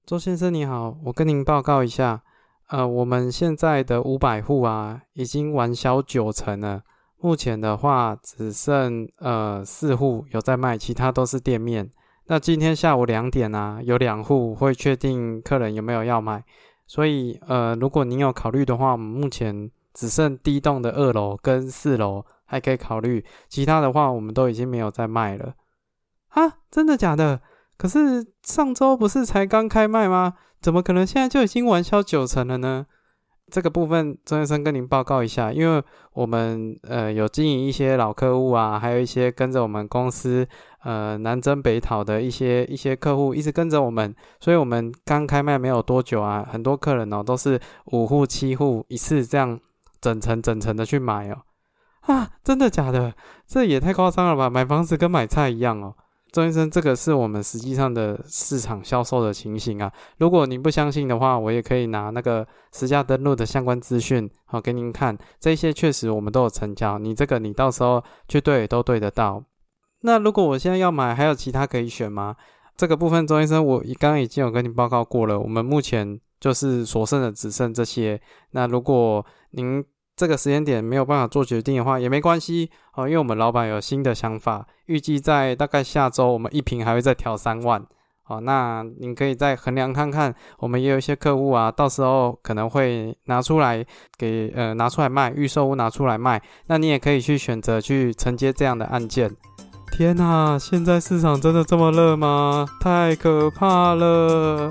周先生你好，我跟您报告一下，我们现在的500户啊，已经完销90%了。目前的话，只剩4户有在卖，其他都是店面。那今天下午2点啊，有2户会确定客人有没有要买，所以如果您有考虑的话，我们目前只剩第一栋的2楼跟4楼还可以考虑，其他的话我们都已经没有在卖了。啊，真的假的？可是上周不是才刚开卖吗？怎么可能现在就已经完销90%了呢？这个部分周先生跟您报告一下，因为我们有经营一些老客户啊，还有一些跟着我们公司南征北讨的一些客户一直跟着我们，所以我们刚开卖没有多久啊，很多客人都是5户7户一次这样整层的去买哦。啊，真的假的？这也太夸张了吧！买房子跟买菜一样哦。周先生，这个是我们实际上的市场销售的情形啊。如果您不相信的话，我也可以拿那个实价登录的相关资讯给您看。这些确实我们都有成交，你到时候去对都对得到。那如果我现在要买，还有其他可以选吗？这个部分周先生我刚刚已经有跟您报告过了，我们目前就是所剩的只剩这些。那如果您这个时间点没有办法做决定的话也没关系因为我们老板有新的想法，预计在大概下周我们一坪还会再调3万。那您可以再衡量看看，我们也有一些客户啊，到时候可能会拿出来拿出来卖，预售屋拿出来卖，那你也可以去选择去承接这样的案件。天啊，现在市场真的这么热吗？太可怕了。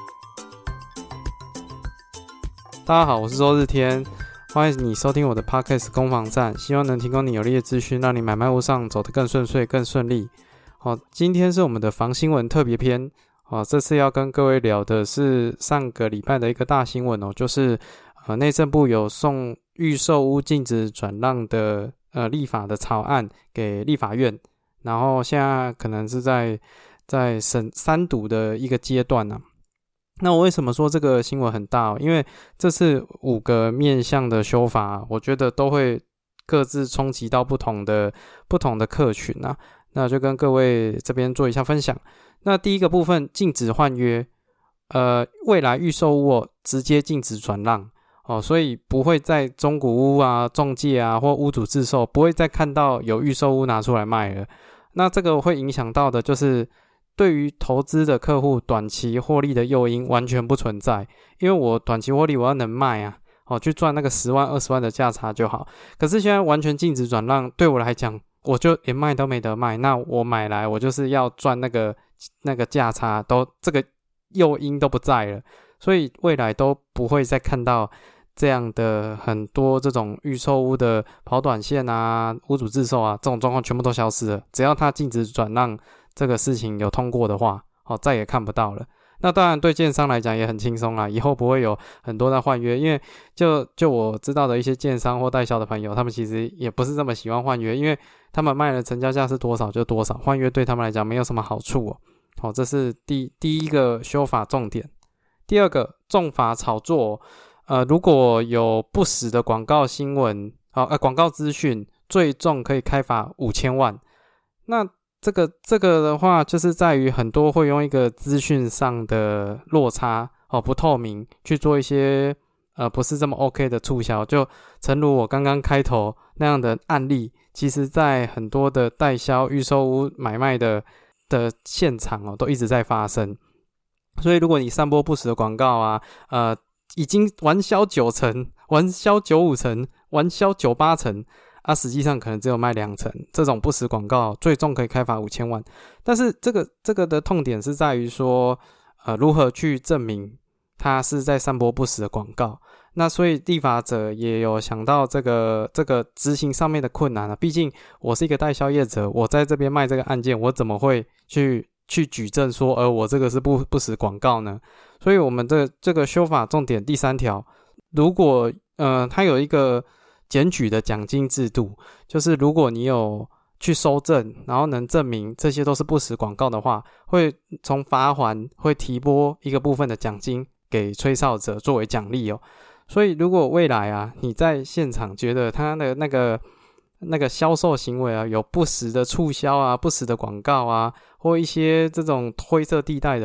大家好，我是周日天，欢迎你收听我的 Podcast 攻防战，希望能提供你有力的资讯，让你买卖屋上走得更顺遂、更顺利。今天是我们的房新闻特别篇。这次要跟各位聊的是上个礼拜的一个大新闻就是内政部有送预售屋禁止转让的立法的草案给立法院，然后现在可能是在审3读的一个阶段啊。那我为什么说这个新闻很大因为这次5个面向的修法我觉得都会各自冲击到不同的客群啊，那就跟各位这边做一下分享。那第一个部分，禁止换约，未来预售屋直接禁止转让所以不会在中古屋啊、仲介啊或屋主自售不会再看到有预售屋拿出来卖了。那这个会影响到的就是对于投资的客户短期获利的诱因完全不存在，因为我短期获利我要能卖啊去赚那个10万20万的价差就好。可是现在完全禁止转让，对我来讲我就连卖都没得卖，那我买来我就是要赚那个价差，都这个诱因都不在了，所以未来都不会再看到这样的很多这种预售屋的跑短线啊、屋主自售啊，这种状况全部都消失了。只要他禁止转让这个事情有通过的话再也看不到了。那当然对建商来讲也很轻松啦，以后不会有很多在换约，因为就我知道的一些建商或代销的朋友，他们其实也不是这么喜欢换约，因为他们卖的成交价是多少就多少，换约对他们来讲没有什么好处这是第一个修法重点。第二个，重罚炒作如果有不实的广告新闻广告资讯，最重可以开罚5000万。那这个的话就是在于很多会用一个资讯上的落差不透明去做一些不是这么 OK 的促销，就诚如我刚刚开头那样的案例，其实在很多的代销预售屋买卖的现场都一直在发生。所以如果你散播不实的广告啊已经完销90%、完销95%、完销98%实际上可能只有卖2成，这种不实广告最重可以开罚5000万。但是这个的痛点是在于说如何去证明它是在散播不实的广告。那所以立法者也有想到这个执行上面的困难毕竟我是一个代销业者，我在这边卖这个案件，我怎么会去举证说我这个是不实广告呢？所以我们这个修法重点第3条，如果它有一个检举的奖金制度，就是如果你有去收证，然后能证明这些都是不实广告的话，会从罚锾会提拨一个部分的奖金给吹哨者作为奖励所以如果未来你在现场觉得他的那个销售行为有不实的促销不实的广告或一些这种灰色地带的，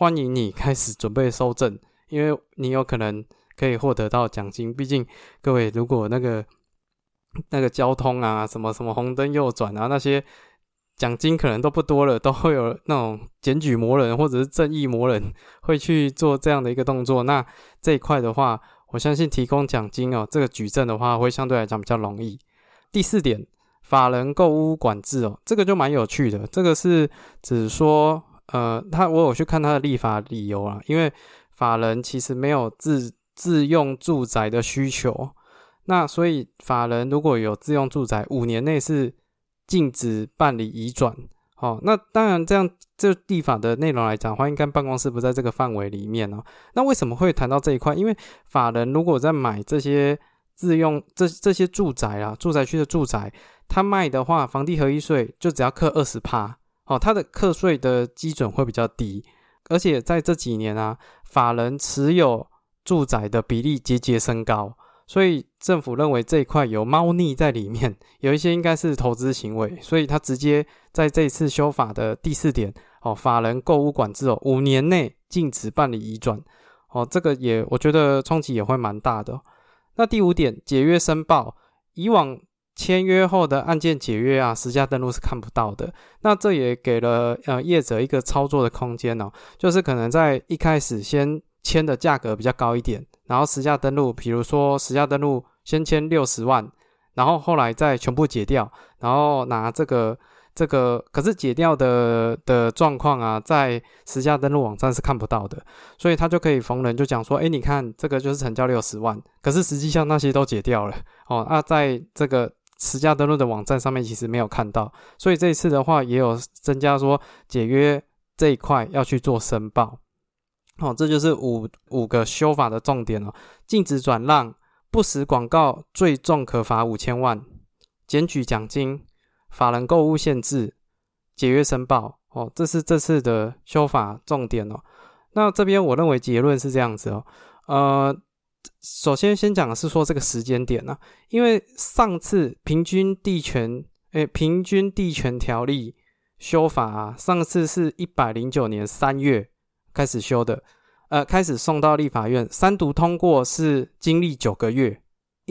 欢迎你开始准备收证，因为你有可能可以获得到奖金。毕竟各位如果那个交通啊，什么红灯右转啊，那些奖金可能都不多了，都会有那种检举魔人或者是正义魔人会去做这样的一个动作。那这一块的话，我相信提供奖金这个举证的话会相对来讲比较容易。第4点，法人购屋管制这个就蛮有趣的。这个是指说我有去看他的立法理由啦，因为法人其实没有自用住宅的需求，那所以法人如果有自用住宅5年内是禁止办理移转。那当然这立法的内容来讲的话，应该办公室不在这个范围里面那为什么会谈到这一块？因为法人如果在买这些自用这些住宅啦，住宅区的住宅，他卖的话，房地合一税就只要课 20%，他的课税的基准会比较低。而且在这几年法人持有住宅的比例节节升高，所以政府认为这一块有猫腻在里面，有一些应该是投资行为，所以他直接在这一次修法的第4点法人购屋管制5年内禁止办理移转这个我觉得冲击也会蛮大的那第5点，解约申报，以往签约后的案件解约实价登录是看不到的，那这也给了业者一个操作的空间就是可能在一开始先签的价格比较高一点，然后实价登录，比如说实价登录先签60万，然后后来再全部解掉，然后拿这个可是解掉的状况在实价登录网站是看不到的，所以他就可以逢人就讲说你看这个就是成交60万，可是实际上那些都解掉了在这个实价登录的网站上面其实没有看到，所以这一次的话也有增加说解约这一块要去做申报这就是五个修法的重点禁止转让，不实广告最重可罚5000万，检举奖金，法人购物限制，解约申报这是这次的修法重点那这边我认为结论是这样子首先讲的是说这个时间点因为上次平均地权条例修法上次是109年3月开始修的开始送到立法院，3读通过是经历9个月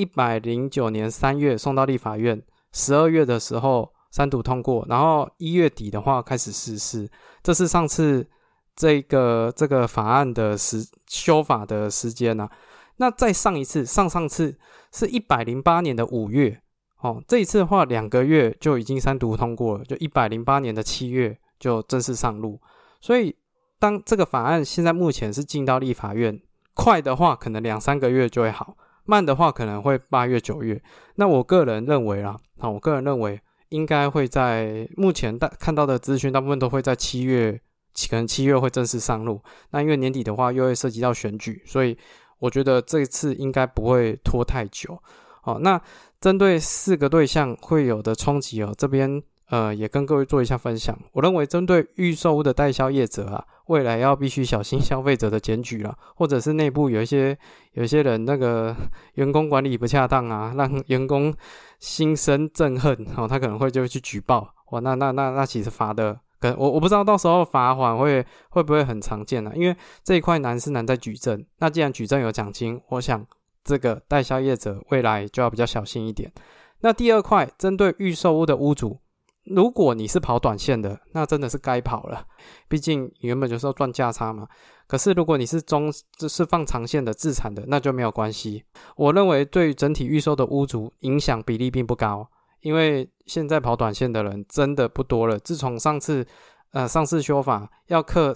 ，109年3月送到立法院，12月的时候3读通过，然后1月底的话开始实施，这是上次这个法案的修法的时间那再上一次上次是108年的5月这一次的话2个月就已经3读通过了，就108年的7月就正式上路。所以当这个法案现在目前是进到立法院，快的话可能2-3个月就会好，慢的话可能会8月9月。那我个人认为应该会在目前看到的资讯大部分都会在7月，可能7月会正式上路。那因为年底的话又会涉及到选举，所以我觉得这一次应该不会拖太久那针对4个对象会有的冲击这边也跟各位做一下分享。我认为针对预售屋的代销业者未来要必须小心消费者的检举或者是内部有一些人那个员工管理不恰当让员工心生憎恨他可能就会去举报那其实罚的我不知道到时候罚款会不会很常见因为这一块难是难在举证，那既然举证有奖金，我想这个代销业者未来就要比较小心一点。那第2块，针对预售屋的屋主，如果你是跑短线的，那真的是该跑了，毕竟你原本就是要赚价差嘛。可是如果你是放长线的自产的，那就没有关系。我认为对于整体预售的屋主影响比例并不高，因为现在跑短线的人真的不多了。自从上次修法要课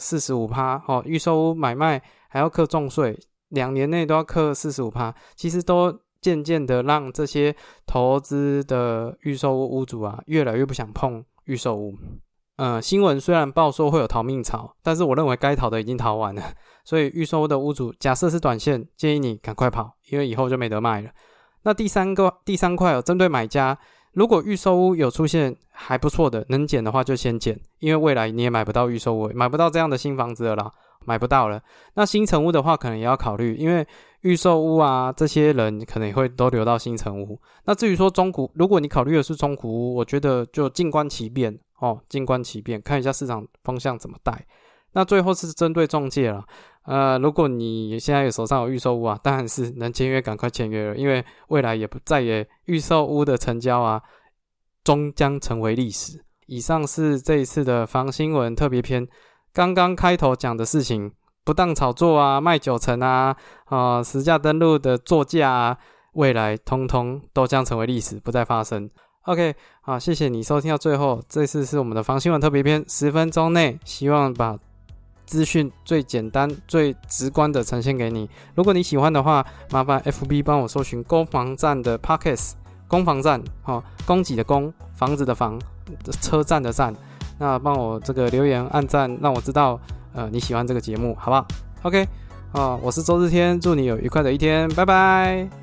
45% 预售屋买卖还要课重税，2年内都要课 45%， 其实都渐渐的让这些投资的预售屋屋主越来越不想碰预售屋。新闻虽然报说会有逃命潮，但是我认为该逃的已经逃完了，所以预售屋的屋主假设是短线，建议你赶快跑，因为以后就没得卖了。那第三块针对买家，如果预售屋有出现还不错的，能减的话就先减，因为未来你也买不到预售屋，买不到这样的新房子了啦，买不到了。那新成屋的话可能也要考虑，因为预售屋这些人可能也会都留到新成屋。那至于说中古，如果你考虑的是中古屋，我觉得就静观其变看一下市场风向怎么带。 那最后是针对仲介啦，如果你现在手上有预售屋啊，当然是能签约赶快签约了，因为未来再也预售屋的成交啊，终将成为历史。以上是这一次的房新闻特别篇，刚刚开头讲的事情，不当炒作啊、卖九成啊、实价登录的作价啊，未来通通都将成为历史，不再发生。OK， 好，谢谢你收听到最后，这次是我们的房新闻特别篇，10分钟内希望把资讯最简单、最直观的呈现给你。如果你喜欢的话，麻烦 FB 帮我搜寻攻防战的 Podcast， 攻防战，供给的供，房子的房，车站的站。那帮我这个留言、按赞，让我知道你喜欢这个节目，好不好 ？OK， 我是周日天，祝你有愉快的一天，拜拜。